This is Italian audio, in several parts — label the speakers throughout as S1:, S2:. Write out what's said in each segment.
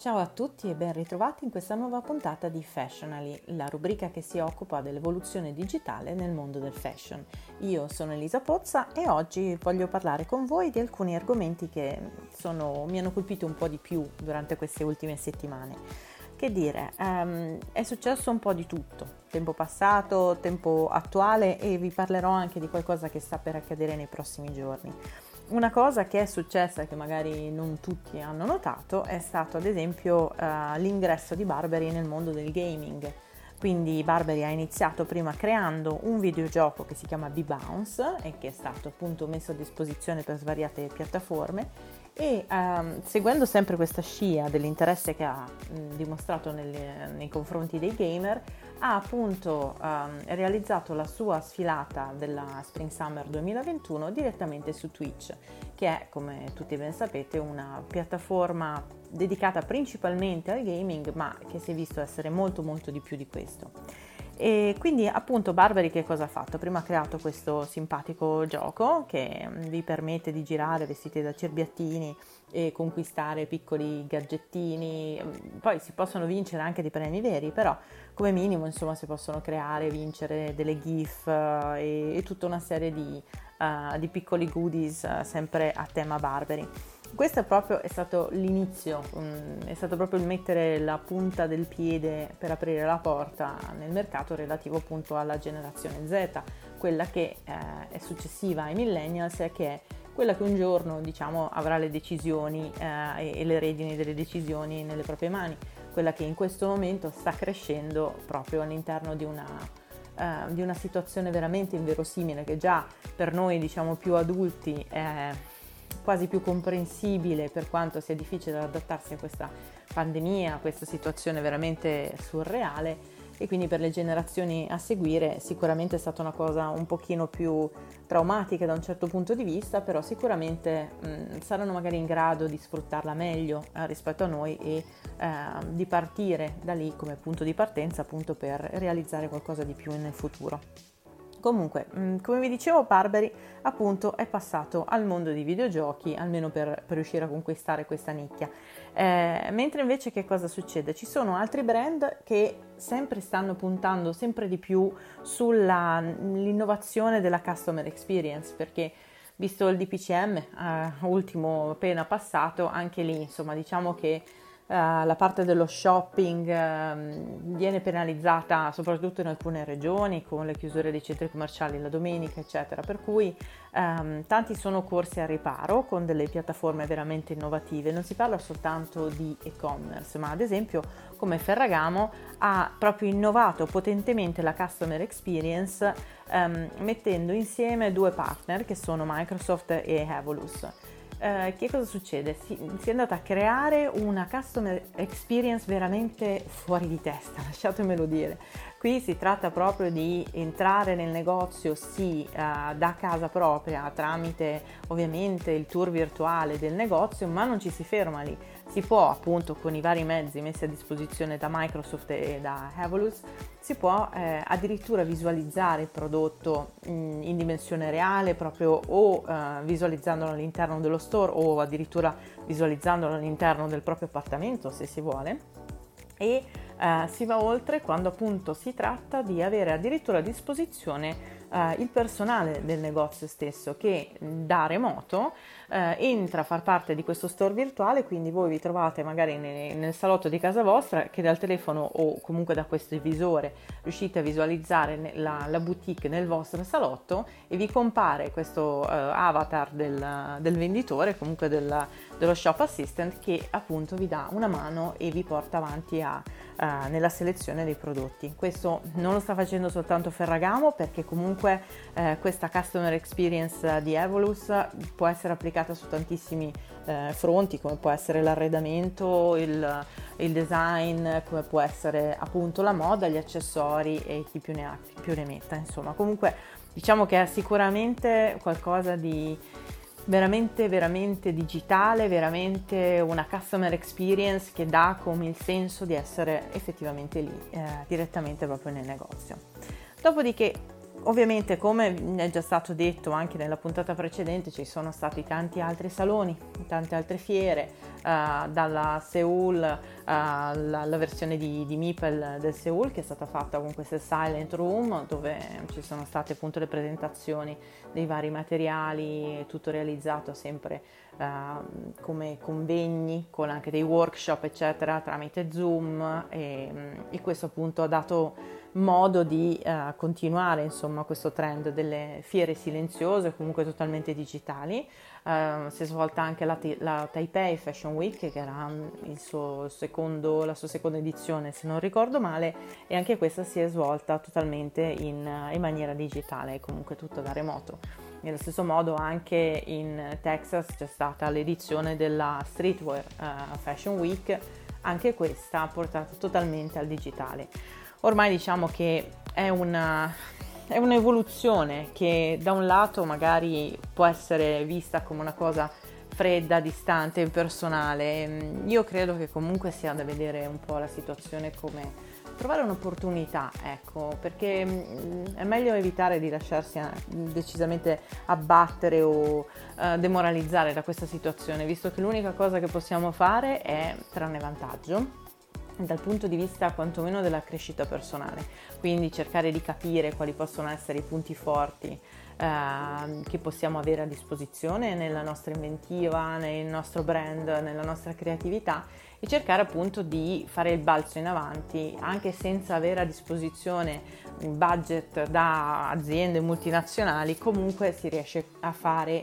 S1: Ciao a tutti e ben ritrovati in questa nuova puntata di Fashionally, la rubrica che si occupa dell'evoluzione digitale nel mondo del fashion. Io sono Elisa Pozza e oggi voglio parlare con voi di alcuni argomenti che mi hanno colpito un po' di più durante queste ultime settimane. Che dire, è successo un po' di tutto, tempo passato, tempo attuale, e vi parlerò anche di qualcosa che sta per accadere nei prossimi giorni. Una cosa che è successa, che magari non tutti hanno notato, è stato ad esempio l'ingresso di Burberry nel mondo del gaming. Quindi Burberry ha iniziato prima creando un videogioco che si chiama B-Bounce e che è stato appunto messo a disposizione per svariate piattaforme, e seguendo sempre questa scia dell'interesse che ha dimostrato nei confronti dei gamer, ha appunto realizzato la sua sfilata della Spring Summer 2021 direttamente su Twitch, che è, come tutti ben sapete, una piattaforma dedicata principalmente al gaming, ma che si è visto essere molto di più di questo. E quindi appunto Burberry che cosa ha fatto? Prima ha creato questo simpatico gioco che vi permette di girare vestiti da cerbiattini e conquistare piccoli gadgettini. Poi si possono vincere anche dei premi veri, però come minimo insomma si possono creare, vincere delle GIF e tutta una serie di piccoli goodies sempre a tema Burberry. Questo è stato l'inizio, è stato proprio il mettere la punta del piede per aprire la porta nel mercato relativo appunto alla generazione Z, quella che è successiva ai millennials e che è quella che un giorno diciamo avrà le decisioni e le redini delle decisioni nelle proprie mani, quella che in questo momento sta crescendo proprio all'interno di una situazione veramente inverosimile, che già per noi diciamo più adulti è quasi più comprensibile, per quanto sia difficile adattarsi a questa pandemia, a questa situazione veramente surreale, e quindi per le generazioni a seguire sicuramente è stata una cosa un pochino più traumatica da un certo punto di vista, però sicuramente saranno magari in grado di sfruttarla meglio rispetto a noi e di partire da lì come punto di partenza appunto per realizzare qualcosa di più nel futuro. Comunque, come vi dicevo, Burberry appunto è passato al mondo dei videogiochi, almeno per riuscire a conquistare questa nicchia. Mentre invece che cosa succede? Ci sono altri brand che sempre stanno puntando sempre di più sull'innovazione della customer experience, perché visto il DPCM ultimo appena passato, anche lì insomma diciamo che la parte dello shopping viene penalizzata soprattutto in alcune regioni con le chiusure dei centri commerciali la domenica eccetera, per cui tanti sono corsi al riparo con delle piattaforme veramente innovative. Non si parla soltanto di e-commerce, ma ad esempio come Ferragamo ha proprio innovato potentemente la customer experience mettendo insieme due partner che sono Microsoft e Evolus. Che cosa succede? Si è andata a creare una customer experience veramente fuori di testa, lasciatemelo dire. Qui si tratta proprio di entrare nel negozio, sì, da casa propria, tramite ovviamente il tour virtuale del negozio, ma non ci si ferma lì. Si può appunto con i vari mezzi messi a disposizione da Microsoft e da Evolus, si può addirittura visualizzare il prodotto in dimensione reale proprio o visualizzandolo all'interno dello store o addirittura visualizzandolo all'interno del proprio appartamento se si vuole, e si va oltre quando appunto si tratta di avere addirittura a disposizione il personale del negozio stesso che da remoto entra a far parte di questo store virtuale, quindi voi vi trovate magari nel salotto di casa vostra che dal telefono o comunque da questo visore riuscite a visualizzare la boutique nel vostro salotto e vi compare questo avatar del venditore, comunque dello shop assistant, che appunto vi dà una mano e vi porta avanti nella selezione dei prodotti. Questo non lo sta facendo soltanto Ferragamo, perché comunque questa customer experience di Evolus può essere applicata su tantissimi fronti, come può essere l'arredamento, il design, come può essere appunto la moda, gli accessori e chi più ne ha più ne metta. Insomma, comunque diciamo che è sicuramente qualcosa di veramente digitale, veramente una customer experience che dà come il senso di essere effettivamente lì, direttamente proprio nel negozio. Dopodiché, ovviamente, come è già stato detto anche nella puntata precedente, ci sono stati tanti altri saloni, tante altre fiere, dalla Seoul la versione di Meeple del Seoul, che è stata fatta con queste Silent Room, dove ci sono state appunto le presentazioni dei vari materiali, tutto realizzato sempre come convegni, con anche dei workshop eccetera tramite Zoom, e questo appunto ha dato modo di continuare insomma questo trend delle fiere silenziose, comunque totalmente digitali. Si è svolta anche la Taipei Fashion Week, che era la sua seconda edizione se non ricordo male, e anche questa si è svolta totalmente in maniera digitale, comunque tutto da remoto. Nello stesso modo anche in Texas c'è stata l'edizione della Streetwear Fashion Week, anche questa portata totalmente al digitale. Ormai diciamo che è un'evoluzione che da un lato magari può essere vista come una cosa fredda, distante, impersonale. Io credo che comunque sia da vedere un po' la situazione come trovare un'opportunità, ecco, perché è meglio evitare di lasciarsi decisamente abbattere o demoralizzare da questa situazione, visto che l'unica cosa che possiamo fare è trarne vantaggio dal punto di vista quantomeno della crescita personale, quindi cercare di capire quali possono essere i punti forti che possiamo avere a disposizione nella nostra inventiva, nel nostro brand, nella nostra creatività, e cercare appunto di fare il balzo in avanti anche senza avere a disposizione un budget da aziende multinazionali. Comunque si riesce a fare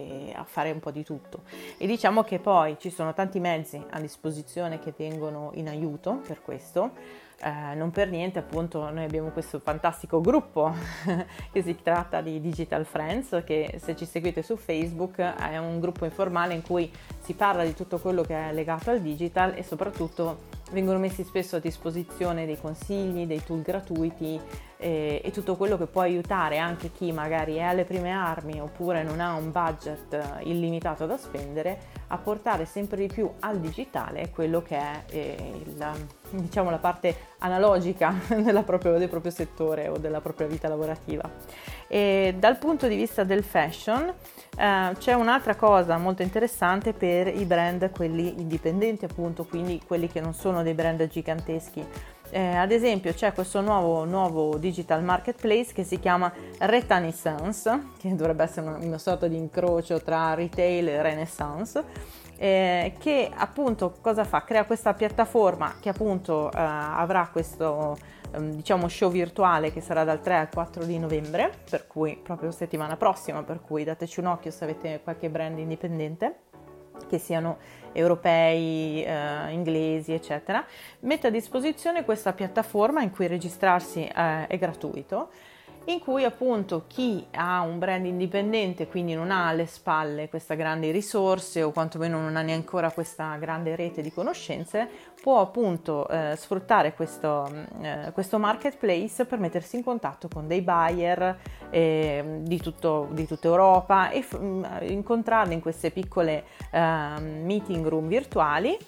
S1: un po' di tutto, e diciamo che poi ci sono tanti mezzi a disposizione che vengono in aiuto per questo. Non per niente appunto noi abbiamo questo fantastico gruppo che si tratta di Digital Friends, che se ci seguite su Facebook è un gruppo informale in cui si parla di tutto quello che è legato al digital, e soprattutto vengono messi spesso a disposizione dei consigli, dei tool gratuiti e tutto quello che può aiutare anche chi magari è alle prime armi oppure non ha un budget illimitato da spendere, a portare sempre di più al digitale quello che è diciamo la parte analogica del proprio settore o della propria vita lavorativa. E dal punto di vista del fashion c'è un'altra cosa molto interessante per i brand, quelli indipendenti appunto, quindi quelli che non sono dei brand giganteschi. Ad esempio c'è questo nuovo digital marketplace che si chiama Renaissance, che dovrebbe essere una sorta di incrocio tra retail e Renaissance, che appunto cosa fa? Crea questa piattaforma che appunto avrà questo diciamo show virtuale che sarà dal 3 al 4 di novembre, per cui proprio settimana prossima, per cui dateci un occhio se avete qualche brand indipendente, che siano europei, inglesi, eccetera. Mette a disposizione questa piattaforma in cui registrarsi è gratuito, in cui appunto chi ha un brand indipendente, quindi non ha alle spalle queste grandi risorse o quantomeno non ha neanche ancora questa grande rete di conoscenze, può appunto sfruttare questo marketplace per mettersi in contatto con dei buyer di tutta Europa e incontrarli in queste piccole meeting room virtuali.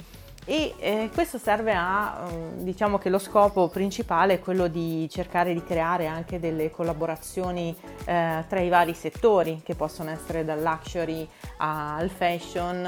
S1: E questo serve diciamo che lo scopo principale è quello di cercare di creare anche delle collaborazioni tra i vari settori, che possono essere dal luxury al fashion,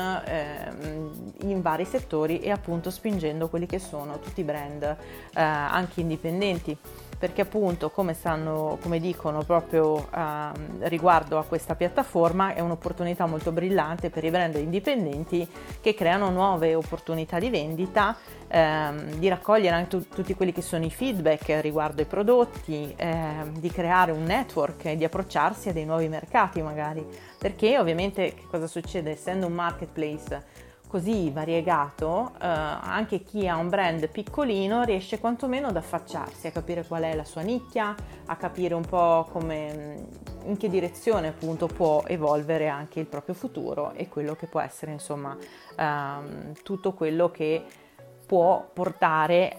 S1: in vari settori, e appunto spingendo quelli che sono tutti i brand anche indipendenti, perché appunto come dicono proprio riguardo a questa piattaforma, è un'opportunità molto brillante per i brand indipendenti che creano nuove opportunità di vendita, di raccogliere anche tutti quelli che sono i feedback riguardo ai prodotti, di creare un network e di approcciarsi a dei nuovi mercati magari, perché ovviamente che cosa succede? Essendo un marketplace così variegato, anche chi ha un brand piccolino riesce quantomeno ad affacciarsi, a capire qual è la sua nicchia, a capire un po' in che direzione appunto può evolvere anche il proprio futuro e quello che può essere insomma tutto quello che può portare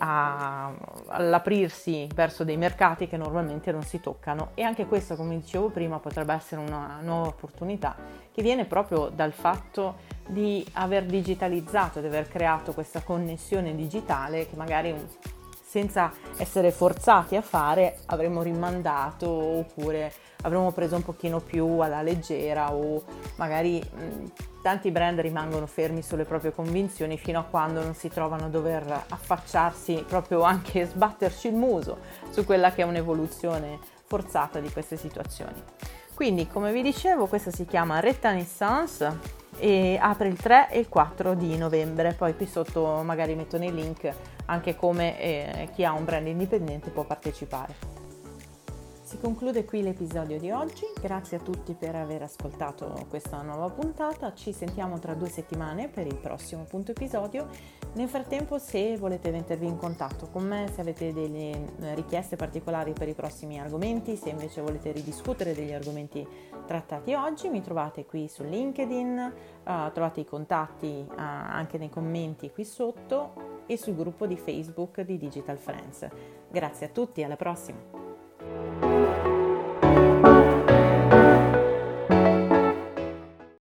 S1: all'aprirsi verso dei mercati che normalmente non si toccano. E anche questo, come dicevo prima, potrebbe essere una nuova opportunità che viene proprio dal fatto di aver digitalizzato, di aver creato questa connessione digitale che magari senza essere forzati a fare avremmo rimandato, oppure avremmo preso un pochino più alla leggera, o magari Tanti brand rimangono fermi sulle proprie convinzioni fino a quando non si trovano a dover affacciarsi, proprio anche sbatterci il muso su quella che è un'evoluzione forzata di queste situazioni. Quindi, come vi dicevo, questa si chiama Renaissance e apre il 3 e il 4 di novembre. Poi qui sotto magari metto nei link anche come chi ha un brand indipendente può partecipare. Si conclude qui l'episodio di oggi, grazie a tutti per aver ascoltato questa nuova puntata, ci sentiamo tra 2 settimane per il prossimo punto episodio. Nel frattempo, se volete mettervi in contatto con me, se avete delle richieste particolari per i prossimi argomenti, se invece volete ridiscutere degli argomenti trattati oggi, mi trovate qui su LinkedIn, trovate i contatti anche nei commenti qui sotto e sul gruppo di Facebook di Digital Friends. Grazie a tutti, alla prossima!